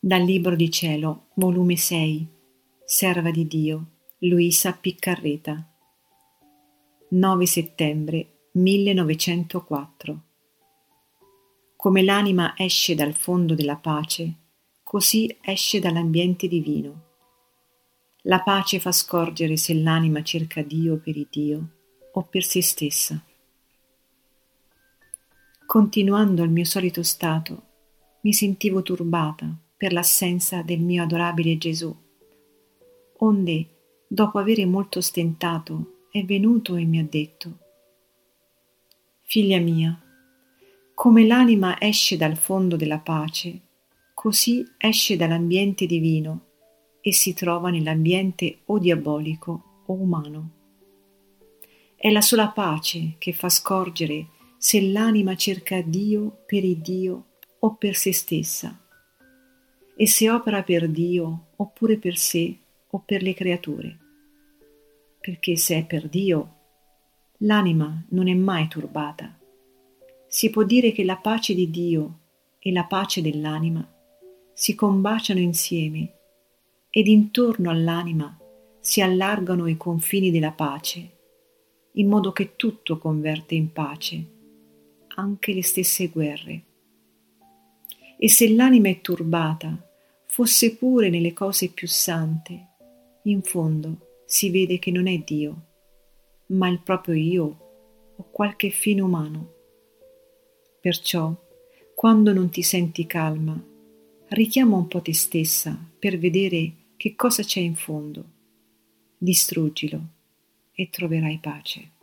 Dal Libro di Cielo, volume 6, Serva di Dio, Luisa Piccarreta, 9 settembre 1904. Come l'anima esce dal fondo della pace, così esce dall'ambiente divino. La pace fa scorgere se l'anima cerca Dio per il Dio o per se stessa. Continuando il mio solito stato, mi sentivo turbata per l'assenza del mio adorabile Gesù. Onde, dopo avere molto stentato, è venuto e mi ha detto: Figlia mia, come l'anima esce dal fondo della pace, così esce dall'ambiente divino e si trova nell'ambiente o diabolico o umano. È la sola pace che fa scorgere se l'anima cerca Dio per il Dio o per se stessa, e se opera per Dio oppure per sé o per le creature. Perché se è per Dio, l'anima non è mai turbata. Si può dire che la pace di Dio e la pace dell'anima si combaciano insieme ed intorno all'anima si allargano i confini della pace, in modo che tutto converte in pace, anche le stesse guerre. E se l'anima è turbata, fosse pure nelle cose più sante, in fondo si vede che non è Dio, ma il proprio io o qualche fine umano. Perciò, quando non ti senti calma, richiama un po' te stessa per vedere che cosa c'è in fondo. Distruggilo e troverai pace.